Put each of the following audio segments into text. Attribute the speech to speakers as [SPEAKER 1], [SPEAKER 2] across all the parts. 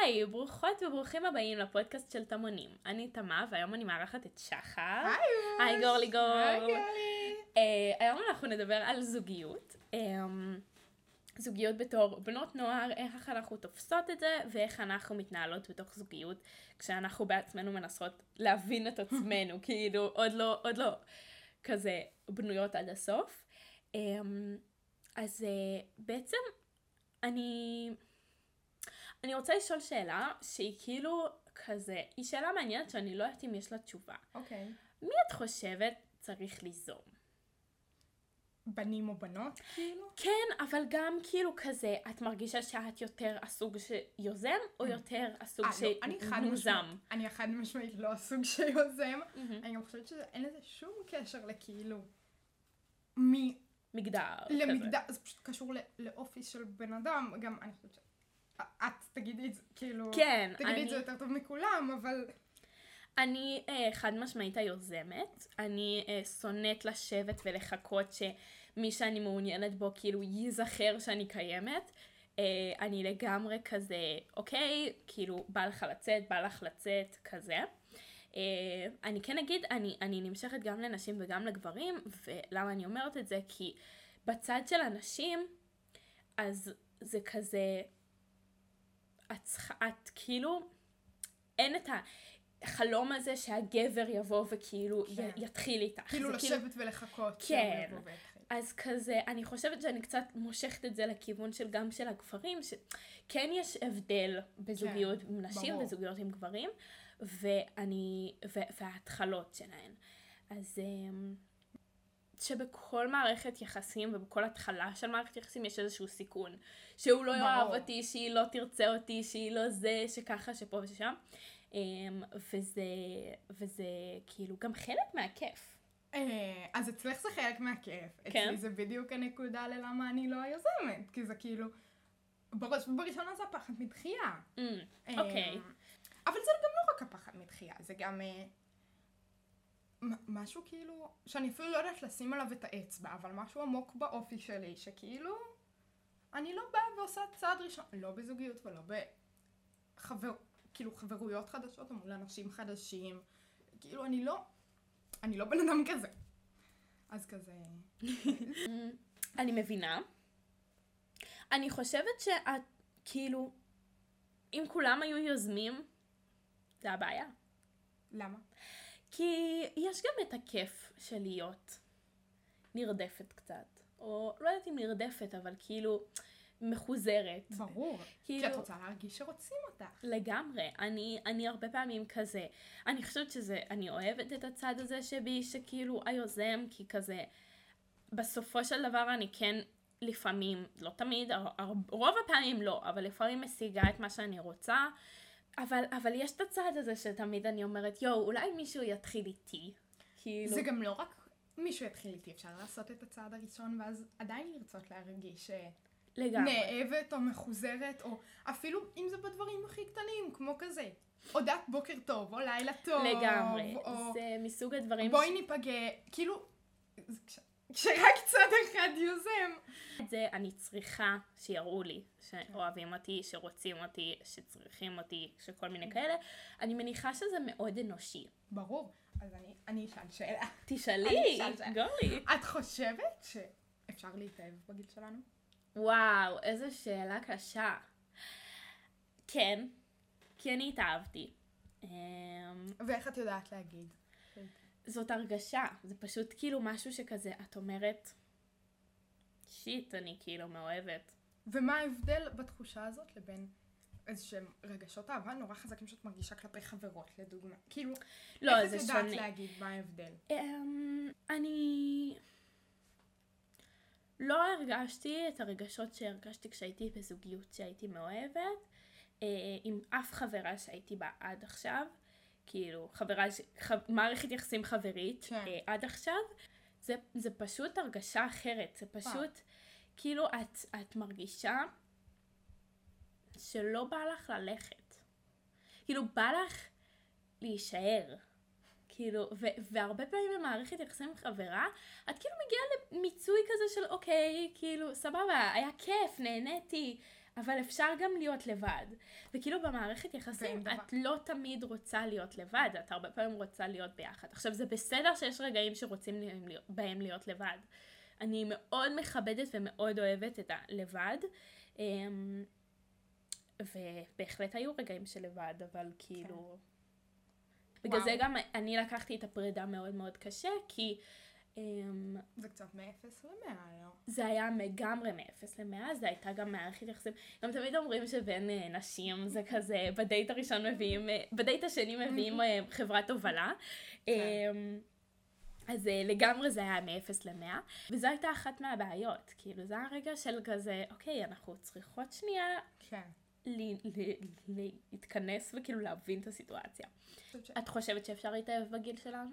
[SPEAKER 1] היי, ברוכות וברוכים הבאים לפודקאסט של תמונים. אני תמה, והיום אני מארחת את שחר. היי גורלי גור.
[SPEAKER 2] היי גורלי.
[SPEAKER 1] היום אנחנו נדבר על זוגיות. זוגיות בתור בנות נוער, איך אנחנו תופסות את זה, ואיך אנחנו מתנהלות בתוך זוגיות, כשאנחנו בעצמנו מנסות להבין את עצמנו, כאילו עוד לא כזה בנויות עד הסוף. אז בעצם אני רוצה לשאול שאלה שהיא כאילו כזה, היא שאלה מעניינת שאני לא יודעת אם יש לה תשובה.
[SPEAKER 2] אוקיי.
[SPEAKER 1] מי את חושבת צריך ליזום?
[SPEAKER 2] בנים או בנות, כאילו?
[SPEAKER 1] כן, אבל גם כאילו כזה, את מרגישה שאת יותר הסוג שיוזם, או יותר הסוג שמוזם?
[SPEAKER 2] אני חד משמעית לא הסוג שיוזם. אני גם חושבת שאין לזה שום קשר לכאילו
[SPEAKER 1] מגדר.
[SPEAKER 2] למגדר, זה פשוט קשור לאופי של בן אדם. גם אני חושבת את תגידי את זה, כאילו,
[SPEAKER 1] כן,
[SPEAKER 2] תגידי את זה יותר טוב מכולם, אבל...
[SPEAKER 1] אני חד משמעית היוזמת, אני שונאת לשבת ולחכות שמי שאני מעוניינת בו כאילו ייזכר שאני קיימת. אני לגמרי כזה, אוקיי, כאילו בא לך לצאת, כזה. אני כן אגיד, אני נמשכת גם לנשים וגם לגברים, ולמה אני אומרת את זה? כי בצד של הנשים, אז זה כזה, את כאילו, אין את החלום הזה שהגבר יבוא וכאילו יתחיל איתך.
[SPEAKER 2] כאילו לשבת ולחכות.
[SPEAKER 1] כן. אז כזה, אני חושבת שאני קצת מושכת את זה לכיוון של גם של הגברים, שכן יש הבדל בזוגיות עם נשים וזוגיות עם גברים, וההתחלות שלהן. אז שבכל מערכת יחסים ובכל התחלה של מערכת יחסים יש איזשהו סיכון. שהוא לא יאהב אותי, שהיא לא תרצה אותי, שהיא לא זה, שככה, שפה וששם. וזה כאילו גם חלק מהכיף.
[SPEAKER 2] אז אצלך זה חלק מהכיף.
[SPEAKER 1] כן.
[SPEAKER 2] אצלי זה בדיוק הנקודה ללמה אני לא היוזמת. כי זה כאילו, בראש ובראשונה זה הפחד מדחייה.
[SPEAKER 1] אוקיי.
[SPEAKER 2] אבל זה גם לא רק הפחד מדחייה, זה גם משהו כאילו, שאני אפילו לא יודעת לשים עליו את האצבע, אבל משהו עמוק באופי שלי, שכאילו, אני לא באה ועושה צעד ראשון, לא בזוגיות ולא כאילו חברויות חדשות או מול אנשים חדשים, כאילו אני לא בן אדם כזה. אז כזה...
[SPEAKER 1] אני מבינה. אני חושבת שאת, כאילו, אם כולם היו יוזמים, זה הבעיה.
[SPEAKER 2] למה?
[SPEAKER 1] כי יש גם את הכיף של להיות נרדפת קצת. או לא יודעת אם נרדפת, אבל כאילו מחוזרת.
[SPEAKER 2] ברור.
[SPEAKER 1] כאילו,
[SPEAKER 2] כי את רוצה להרגיש שרוצים אותך.
[SPEAKER 1] לגמרי. אני הרבה פעמים כזה, אני חושבת אני אוהבת את הצד הזה שבי, שכאילו היוזם, כי כזה, בסופו של דבר אני כן לפעמים, לא תמיד, רוב הפעמים לא, אבל לפעמים משיגה את מה שאני רוצה, אבל יש את הצד הזה שתמיד אני אומרת, אולי מישהו יתחיל איתי. כאילו...
[SPEAKER 2] זה גם לא רק מישהו יתחיל איתי, אפשר לעשות את הצעד הראשון, ואז עדיין לרצות להרגיש נאהבת או מחוזרת, או אפילו אם זה בדברים הכי קטנים, כמו כזה, הודעת בוקר טוב, או לילה טוב.
[SPEAKER 1] לגמרי,
[SPEAKER 2] או...
[SPEAKER 1] זה מסוג הדברים
[SPEAKER 2] בואי ניפגע, כאילו, כשרק צד אחד יוזם.
[SPEAKER 1] את זה אני צריכה שיראו לי, שאוהבים אותי, שרוצים אותי, שצריכים אותי, שכל מיני כאלה. אני מניחה שזה מאוד אנושי.
[SPEAKER 2] ברור, אז אני אשאל שאלה.
[SPEAKER 1] תשאלי, גורלי.
[SPEAKER 2] את חושבת שאפשר להתאהב בגיל שלנו?
[SPEAKER 1] וואו, איזו שאלה קשה. כן, כי אני התאהבתי.
[SPEAKER 2] ואיך את יודעת להגיד?
[SPEAKER 1] זאת הרגשה, זה פשוט כאילו משהו שכזה, את אומרת, שיט, אני כאילו מאוהבת.
[SPEAKER 2] ומה ההבדל בתחושה הזאת לבין איזשהם רגשות אהבה נורא חזקים שאת מרגישה כלפי חברות, לדוגמה? כאילו,
[SPEAKER 1] לא,
[SPEAKER 2] איך
[SPEAKER 1] זה
[SPEAKER 2] את
[SPEAKER 1] שונה.
[SPEAKER 2] יודעת להגיד מה ההבדל?
[SPEAKER 1] אני לא הרגשתי את הרגשות שהרגשתי כשהייתי בזוגיות שהייתי מאוהבת, עם אף חברה שהייתי בה עד עכשיו, כאילו מערכת יחסים חברית עד עכשיו, זה פשוט הרגשה אחרת, זה פשוט כאילו את מרגישה שלא בא לך ללכת, כאילו בא לך להישאר, כאילו, והרבה פעמים במערכת יחסים עם חברה, את כאילו מגיעה למיצוי כזה של אוקיי, כאילו סבבה, היה כיף, נהניתי, אבל אפשר גם להיות לבד. וכאילו במערכת יחסים, את לא תמיד רוצה להיות לבד, את הרבה פעמים רוצה להיות ביחד. עכשיו, זה בסדר שיש רגעים שרוצים בהם להיות לבד. אני מאוד מכבדת ומאוד אוהבת את הלבד, ובהחלט היו רגעים של לבד, אבל כאילו... בגלל זה גם אני לקחתי את הפרידה מאוד מאוד קשה, כי...
[SPEAKER 2] זה קצת מ-0 ל-100, לא?
[SPEAKER 1] זה היה לגמרי מ-0 ל-100, זה הייתה גם מערכת יחסים. גם תמיד אומרים שבין נשים זה כזה, בדייט הראשון מביאים, בדייט השני מביאים חברת הובלה. אז לגמרי זה היה מ-0 ל-100, וזו הייתה אחת מהבעיות. כאילו זה היה רגע של כזה, אוקיי, אנחנו צריכות שנייה להתכנס וכאילו להבין את הסיטואציה. את חושבת שאפשר להתאהב בגיל שלנו?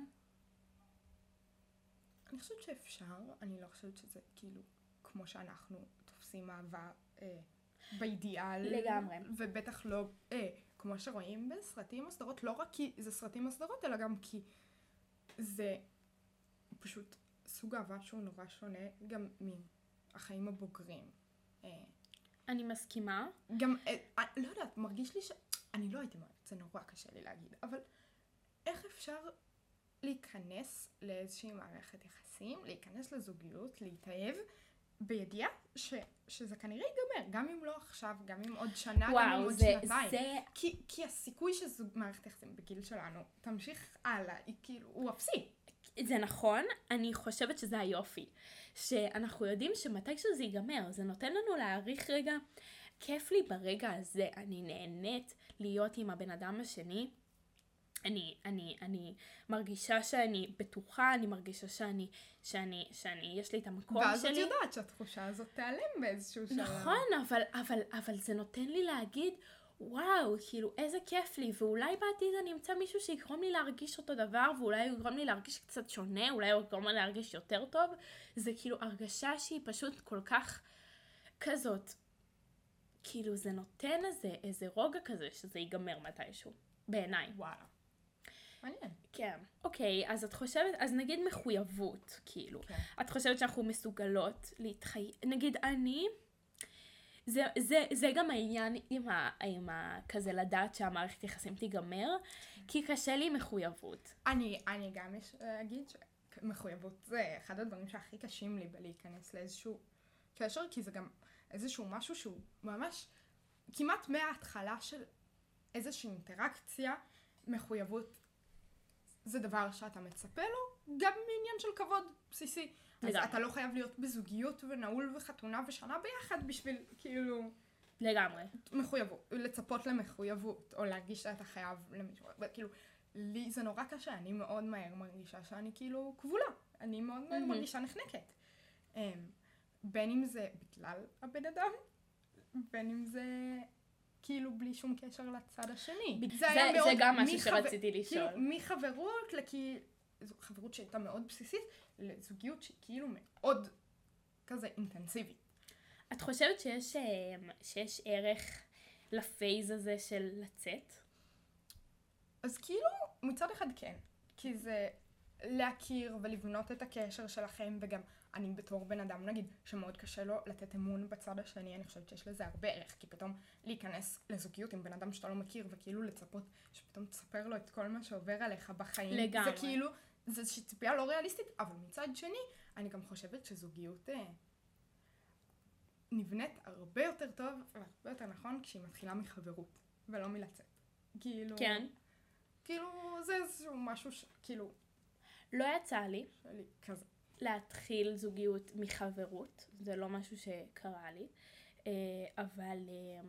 [SPEAKER 2] אני חושבת שאפשר, אני לא חושבת שזה כאילו כמו שאנחנו תופסים אהבה באידיאל.
[SPEAKER 1] לגמרי.
[SPEAKER 2] ובטח לא כמו שרואים בסרטים הסדרות, לא רק כי זה סרטים הסדרות, אלא גם כי זה פשוט סוג אהבה שהוא נורא שונה גם מהחיים הבוגרים.
[SPEAKER 1] אני מסכימה.
[SPEAKER 2] גם, לא יודעת, מרגיש לי אני לא הייתי אומרת, זה נורא קשה לי להגיד, אבל איך אפשר להיכנס לאיזושהי מערכת יחסים, להיכנס לזוגיות, להתאהב, בידיעה שזה כנראה ייגמר, גם אם לא עכשיו, גם אם עוד שנה, גם אם עוד שנתיים. כי הסיכוי שמערכת יחסים בגיל שלנו תמשיך הלאה, כאילו, הוא אפסי.
[SPEAKER 1] זה נכון, אני חושבת שזה היופי, שאנחנו יודעים שמתישהו זה ייגמר, זה נותן לנו להעריך רגע, כיף לי ברגע הזה, אני נהנית להיות עם הבן אדם השני, אני מרגישה שאני בטוחה, אני מרגישה שאני יש לי את המקום שלי.
[SPEAKER 2] ואז את יודעת שהתחושה הזאת תיעלם באיזשהו שלב.
[SPEAKER 1] נכון, אבל זה נותן לי להגיד, וואו, כאילו איזה כיף לי, ואולי בעתיד אני אמצא מישהו שיגרום לי להרגיש אותו דבר, ואולי הוא יגרום לי להרגיש קצת שונה, אולי הוא יגרום לי להרגיש יותר טוב. זה כאילו הרגשה שהיא פשוט כל כך כזאת, כאילו זה נותן איזה רוגע כזה שזה ייגמר מתישהו, בעיניי.
[SPEAKER 2] וואלה. מעניין.
[SPEAKER 1] כן. אוקיי, אז את חושבת, אז נגיד מחויבות, כאילו.
[SPEAKER 2] כן.
[SPEAKER 1] את חושבת שאנחנו מסוגלות נגיד אני, זה גם העניין עם כזה לדעת שהמערכת יחסים תיגמר, כי קשה לי מחויבות.
[SPEAKER 2] אני גם אגיד שמחויבות זה אחד הדברים שהכי קשים לי בלהיכנס לאיזשהו קשר, כי זה גם איזשהו משהו שהוא ממש כמעט מההתחלה של איזושהי אינטראקציה. מחויבות זה דבר שאתה מצפה לו, גם מעניין של כבוד בסיסי. אז אתה לא חייב להיות בזוגיות ונעול וחתונה ושנה ביחד בשביל כאילו...
[SPEAKER 1] לגמרי.
[SPEAKER 2] מחויבות, לצפות למחויבות, או להרגיש שאתה חייב למישהו. כאילו, לי זה נורא קשה, אני מאוד מהר מרגישה שאני כאילו כבולה. אני מאוד מהר מרגישה נחנקת. בין אם זה בגלל הבן אדם, בין אם זה כאילו בלי שום קשר לצד השני.
[SPEAKER 1] זה גם משהו שרציתי לשאול.
[SPEAKER 2] כאילו, מחברות זו חברות שהייתה מאוד בסיסית, לזוגיות שהיא כאילו מאוד כזה אינטנסיבית.
[SPEAKER 1] את חושבת שיש ערך לפייז הזה של לצאת?
[SPEAKER 2] אז כאילו מצד אחד כן, כי זה להכיר ולבנות את הקשר שלכם, וגם אני בתור בן אדם נגיד שמאוד קשה לו לתת אמון בצד השני, אני חושבת שיש לזה הרבה ערך, כי פתאום להיכנס לזוגיות עם בן אדם שאתה לא מכיר וכאילו לצפות שפתאום תספר לו את כל מה שעובר עליך בחיים.
[SPEAKER 1] לגמרי.
[SPEAKER 2] זה כאילו, זה ציפייה לא ריאליסטית, אבל מצד שני אני גם חושבת שזוגיות נבנית הרבה יותר טוב והרבה יותר נכון כשהיא מתחילה מחברות ולא מלצאת. כאילו,
[SPEAKER 1] כן.
[SPEAKER 2] כאילו זה איזשהו משהו כאילו
[SPEAKER 1] לא יצא לי
[SPEAKER 2] כזה
[SPEAKER 1] להתחיל זוגיות מחברות, זה לא משהו שקרה לי, אבל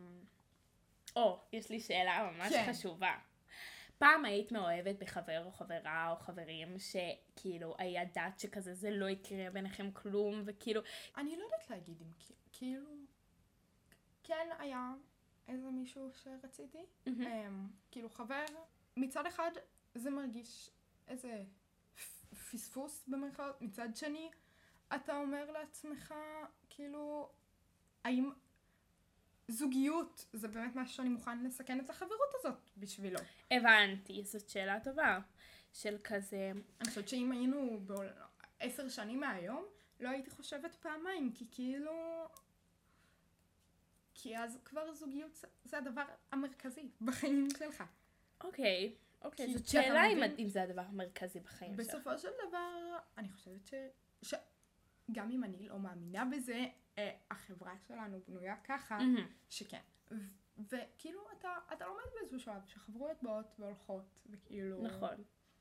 [SPEAKER 1] יש לי שאלה ממש חשובה. פעם היית מאוהבת בחבר או חברה או חברים שכאילו היה דעת שכזה זה לא יקרה ביניכם כלום, וכאילו
[SPEAKER 2] אני לא יודעת להגיד אם כאילו כן היה איזה מישהו שרציתי, כאילו חבר, מצד אחד זה מרגיש איזה פספוס במרכאות, מצד שני אתה אומר לעצמך כאילו האם זוגיות זה באמת משהו שאני מוכן לסכן את החברות הזאת בשבילו.
[SPEAKER 1] הבנתי, זאת שאלה טובה של כזה.
[SPEAKER 2] אני חושבת שאם היינו 10 שנים מהיום לא הייתי חושבת פעמיים, כי כי אז כבר זוגיות זה הדבר המרכזי בחיים שלך.
[SPEAKER 1] אוקיי, זאת שאלה אם זה הדבר המרכזי בחיים שלך.
[SPEAKER 2] בסופו של דבר, אני חושבת שגם אם אני לא מאמינה בזה, החברה שלנו בנויה ככה, שכן. וכאילו, אתה לומד באיזשהו שלב, שחברויות באות והולכות, וכאילו...
[SPEAKER 1] נכון.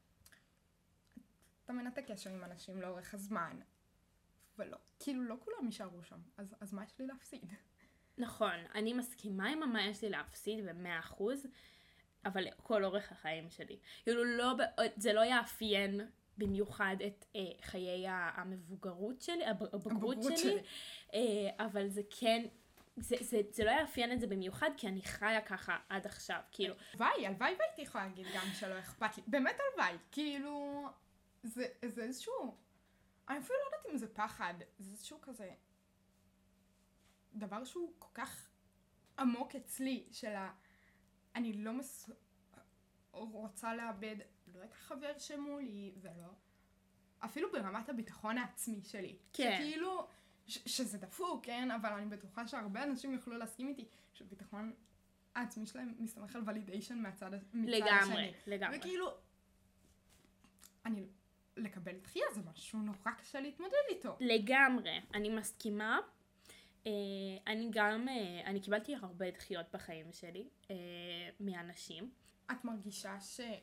[SPEAKER 2] אתה מנתק קשר עם אנשים לאורך הזמן, ולא, כאילו לא כולם יישארו שם, אז מה יש לי להפסיד?
[SPEAKER 1] נכון, אני מסכימה עם מה יש לי להפסיד ב100%, אבל כל אורך החיים שלי. כאילו זה לא יאפיין במיוחד את חיי המבוגרות שלי, הבגרות שלי, אבל זה כן, זה לא יאפיין את זה במיוחד, כי אני חיה ככה עד עכשיו, כאילו.
[SPEAKER 2] הלוואי והייתי יכולה להגיד גם שלא אכפת לי, באמת הלוואי, כאילו, זה איזשהו, אני אפילו לא יודעת אם זה פחד, זה איזשהו כזה, דבר שהוא כל כך עמוק אצלי, אני לא רוצה לאבד, לא את החבר שמולי, ולא, אפילו ברמת הביטחון העצמי שלי.
[SPEAKER 1] כן.
[SPEAKER 2] שכאילו, שזה דפוק, כן? אבל אני בטוחה שהרבה אנשים יוכלו להסכים איתי, שביטחון העצמי שלהם מסתמך על ולידיישן מצד השני.
[SPEAKER 1] לגמרי.
[SPEAKER 2] וכאילו, לקבל דחייה זה משהו נורא קשה להתמודד איתו.
[SPEAKER 1] לגמרי, אני מסכימה. אני קיבלתי הרבה דחיות בחיים שלי, מאנשים.
[SPEAKER 2] את מרגישה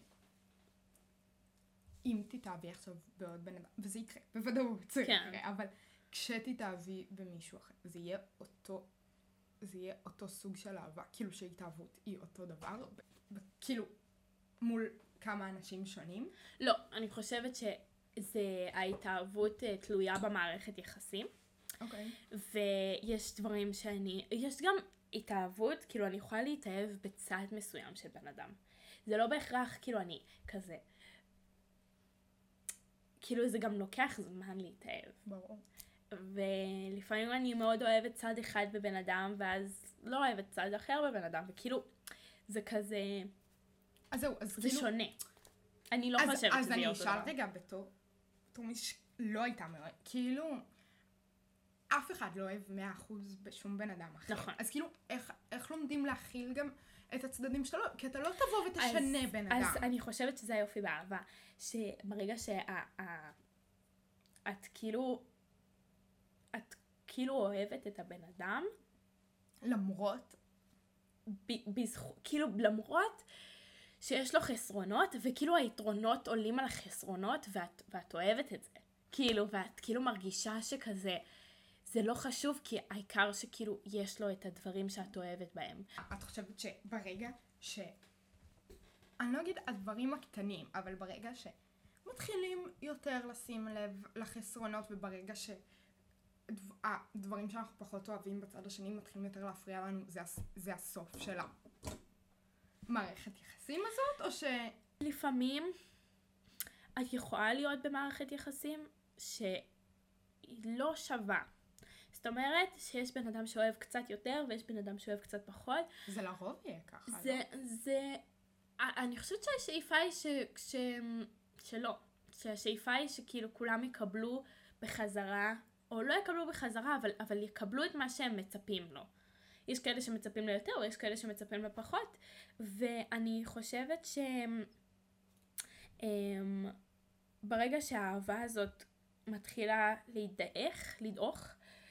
[SPEAKER 2] אם תתאהבי עכשיו בעוד בן אדם, וזה יקרה, בוודאות זה יקרה, אבל כשתתאהבי במישהו אחר, זה יהיה אותו סוג של אהבה, כאילו שהתאהבות היא אותו דבר, כאילו מול כמה אנשים שונים?
[SPEAKER 1] לא, אני חושבת ההתאהבות תלויה במערכת יחסים.
[SPEAKER 2] אוקיי.
[SPEAKER 1] ויש דברים יש גם התאהבות, כאילו אני יכולה להתאהב בצד מסוים של בן אדם. זה לא בהכרח, כאילו אני כזה, כאילו זה גם לוקח זמן להתאהב.
[SPEAKER 2] ברור.
[SPEAKER 1] ולפעמים אני מאוד אוהבת צד אחד בבן אדם, ואז לא אוהבת צד אחר בבן אדם, וכאילו זה כזה,
[SPEAKER 2] אז זהו, אז
[SPEAKER 1] זה
[SPEAKER 2] כאילו...
[SPEAKER 1] שונה. אני לא חושבת שזה יהיה אותו דבר.
[SPEAKER 2] אז אני אשאל רגע בתור מי שלא הייתה מאוד, כאילו... אף אחד לא אוהב 100% בשום בן אדם אחר.
[SPEAKER 1] נכון.
[SPEAKER 2] אז כאילו, איך לומדים להכיל גם את הצדדים שאתה לא, כי אתה לא תבוא ותשנה בן אדם.
[SPEAKER 1] אז אני חושבת שזה היופי באהבה, שברגע את כאילו אוהבת את הבן אדם,
[SPEAKER 2] למרות,
[SPEAKER 1] כאילו למרות שיש לו חסרונות, וכאילו היתרונות עולים על החסרונות, ואת אוהבת את זה. כאילו, ואת כאילו מרגישה שכזה, זה לא חשוב, כי העיקר שכאילו יש לו את הדברים שאת אוהבת בהם.
[SPEAKER 2] את חושבת שברגע אני לא אגיד הדברים הקטנים, אבל ברגע שמתחילים יותר לשים לב לחסרונות, וברגע שהדברים שאנחנו פחות אוהבים בצד השני מתחילים יותר להפריע לנו, זה הסוף של המערכת יחסים הזאת, או
[SPEAKER 1] לפעמים את יכולה להיות במערכת יחסים שהיא לא שווה. זאת אומרת שיש בן אדם שאוהב קצת יותר ויש בן אדם שאוהב קצת פחות.
[SPEAKER 2] זה לרוב יהיה ככה,
[SPEAKER 1] אני חושבת שהשאיפה היא שלא. שהשאיפה היא שכאילו כולם יקבלו בחזרה, או לא יקבלו בחזרה, אבל יקבלו את מה שהם מצפים לו. יש כאלה שמצפים ליותר, או יש כאלה שמצפים לפחות, ואני חושבת ברגע שהאהבה הזאת מתחילה לדעוך,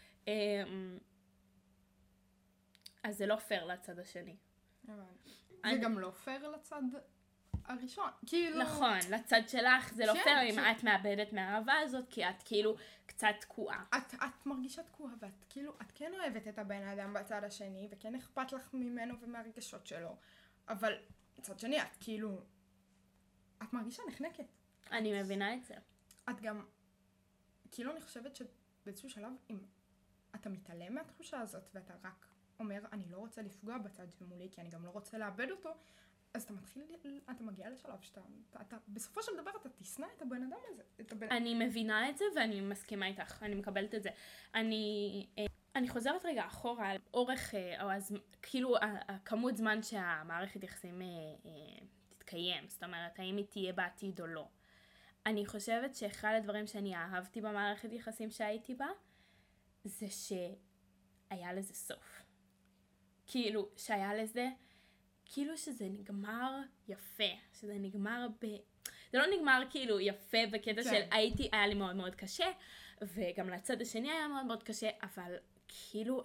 [SPEAKER 1] אז זה לא פייר לצד השני.
[SPEAKER 2] זה גם לא פייר לצד הראשון.
[SPEAKER 1] נכון, לצד שלך זה לא פייר אם את מאבדת מהאהבה הזאת, כי את כאילו קצת תקועה.
[SPEAKER 2] את מרגישה תקועה, ואת כאילו, את כן אוהבת את הבן האדם בצד השני, וכן אכפת לך ממנו ומהרגשות שלו, אבל בצד שני את כאילו, את מרגישה נחנקת.
[SPEAKER 1] אני מבינה את זה.
[SPEAKER 2] את גם, כאילו אני חושבת שבאיזשהו שלב, אם אתה מתעלם מהתחושה הזאת, ואתה רק אומר, אני לא רוצה לפגוע בצד שמולי, כי אני גם לא רוצה לאבד אותו, אז אתה מגיע לשלב שאתה, בסופו של דבר אתה תשנא את הבן אדם הזה.
[SPEAKER 1] אני מבינה את זה, ואני מסכימה איתך, אני מקבלת את זה. אני חוזרת רגע אחורה על אורך, כאילו הכמות זמן שהמערכת יחסים תתקיים, זאת אומרת, האם היא תהיה בעתיד או לא. אני חושבת שאחד הדברים שאני אהבתי במערכת יחסים שהייתי בה, זה שהיה לזה סוף. כאילו שהיה לזה, כאילו שזה נגמר יפה, שזה נגמר זה לא נגמר כאילו יפה בקטע של היה לי מאוד מאוד קשה, וגם לצד השני היה מאוד מאוד קשה, אבל כאילו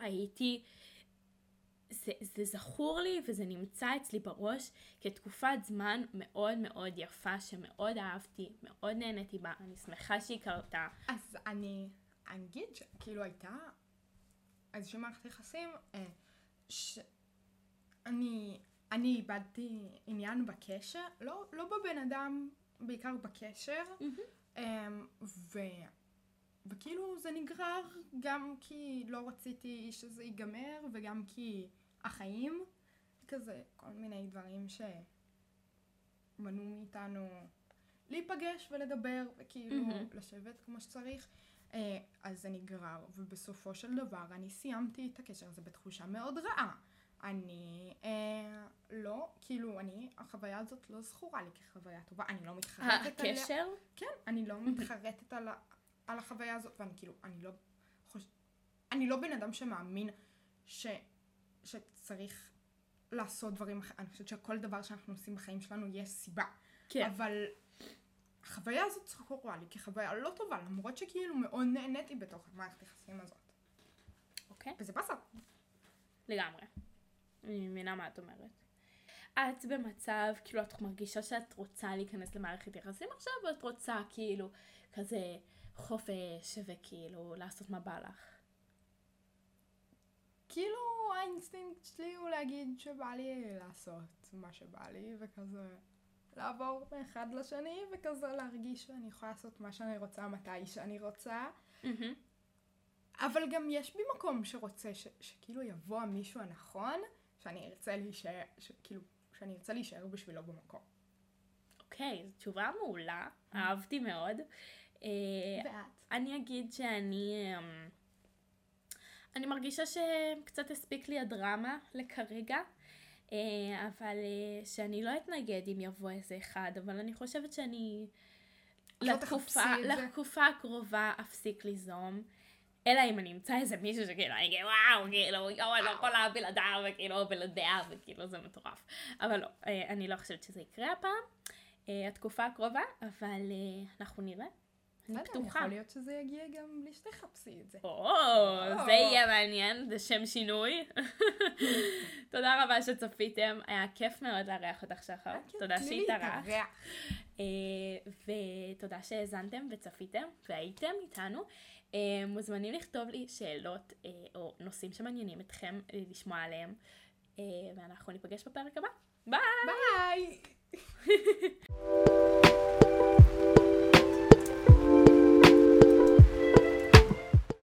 [SPEAKER 1] זה זכור לי וזה נמצא אצלי בראש כתקופת זמן מאוד מאוד יפה, שמאוד אהבתי, מאוד נהניתי בה, אני שמחה שהיא קרתה.
[SPEAKER 2] אז אני אגיד שכאילו הייתה איזושהי מערכת יחסים, אני איבדתי עניין בקשר, לא בבן אדם, בעיקר בקשר, וכאילו זה נגרר גם כי לא רציתי שזה ייגמר, וגם כי החיים, כזה כל מיני דברים שמנעו מאיתנו להיפגש ולדבר, וכאילו לשבת כמו שצריך, אז זה נגרר, ובסופו של דבר אני סיימתי את הקשר הזה בתחושה מאוד רעה. אני לא, כאילו, החוויה הזאת לא זכורה לי כחוויה טובה, אני לא מתחרטת עליה.
[SPEAKER 1] הקשר?
[SPEAKER 2] כן, אני לא מתחרטת על החוויה הזאת, ואני כאילו, אני לא בן אדם שמאמין שצריך לעשות דברים אחרים. אני חושבת שכל דבר שאנחנו עושים בחיים שלנו יש סיבה.
[SPEAKER 1] כן.
[SPEAKER 2] אבל החוויה הזאת זכורה לי כחוויה לא טובה, למרות שכאילו מאוד נהניתי בתוך המערכת היחסים הזאת.
[SPEAKER 1] אוקיי.
[SPEAKER 2] וזה בסדר.
[SPEAKER 1] לגמרי. אני מבינה מה את אומרת. את במצב, כאילו את מרגישה שאת רוצה להיכנס למערכת יחסים עכשיו, או את רוצה כאילו כזה חופש וכאילו לעשות מה בא לך?
[SPEAKER 2] כאילו האינסטינקט שלי הוא להגיד שבא לי לעשות מה שבא לי, וכזה לעבור מאחד לשני, וכזה להרגיש שאני יכולה לעשות מה שאני רוצה מתי שאני רוצה. אבל גם יש בי מקום שרוצה שכאילו יבוא המישהו הנכון, שאני ארצה להישאר בשבילו במקום.
[SPEAKER 1] אוקיי, זו תשובה מעולה, אהבתי מאוד.
[SPEAKER 2] ואת?
[SPEAKER 1] אני אגיד שאני מרגישה שקצת הספיק לי הדרמה לכרגע, אבל שאני לא אתנגד אם יבוא איזה אחד, אבל אני חושבת שאני לתקופה הקרובה אפסיק ליזום. אלא אם אני אמצא איזה מישהו שכאילו, אני אגיד וואו, כאילו, אני לא יכולה בלעדיו, וכאילו, בלעדיה, וכאילו, זה מטורף. אבל לא, אני לא חושבת שזה יקרה הפעם, התקופה הקרובה, אבל אנחנו נראה. אני פתוחה.
[SPEAKER 2] יכול להיות שזה יגיע גם בלי שתחפשי את זה.
[SPEAKER 1] זה יהיה מעניין, זה שם שינוי. תודה רבה שצפיתם, היה כיף מאוד לארח אותך שחר. תודה שהתארחת. ותודה שהאזנתם וצפיתם והייתם איתנו. מוזמנים לכתוב לי שאלות או נושאים שמעניינים אתכם לשמוע עליהם, ואנחנו ניפגש בפרק הבא. ביי!
[SPEAKER 2] ביי!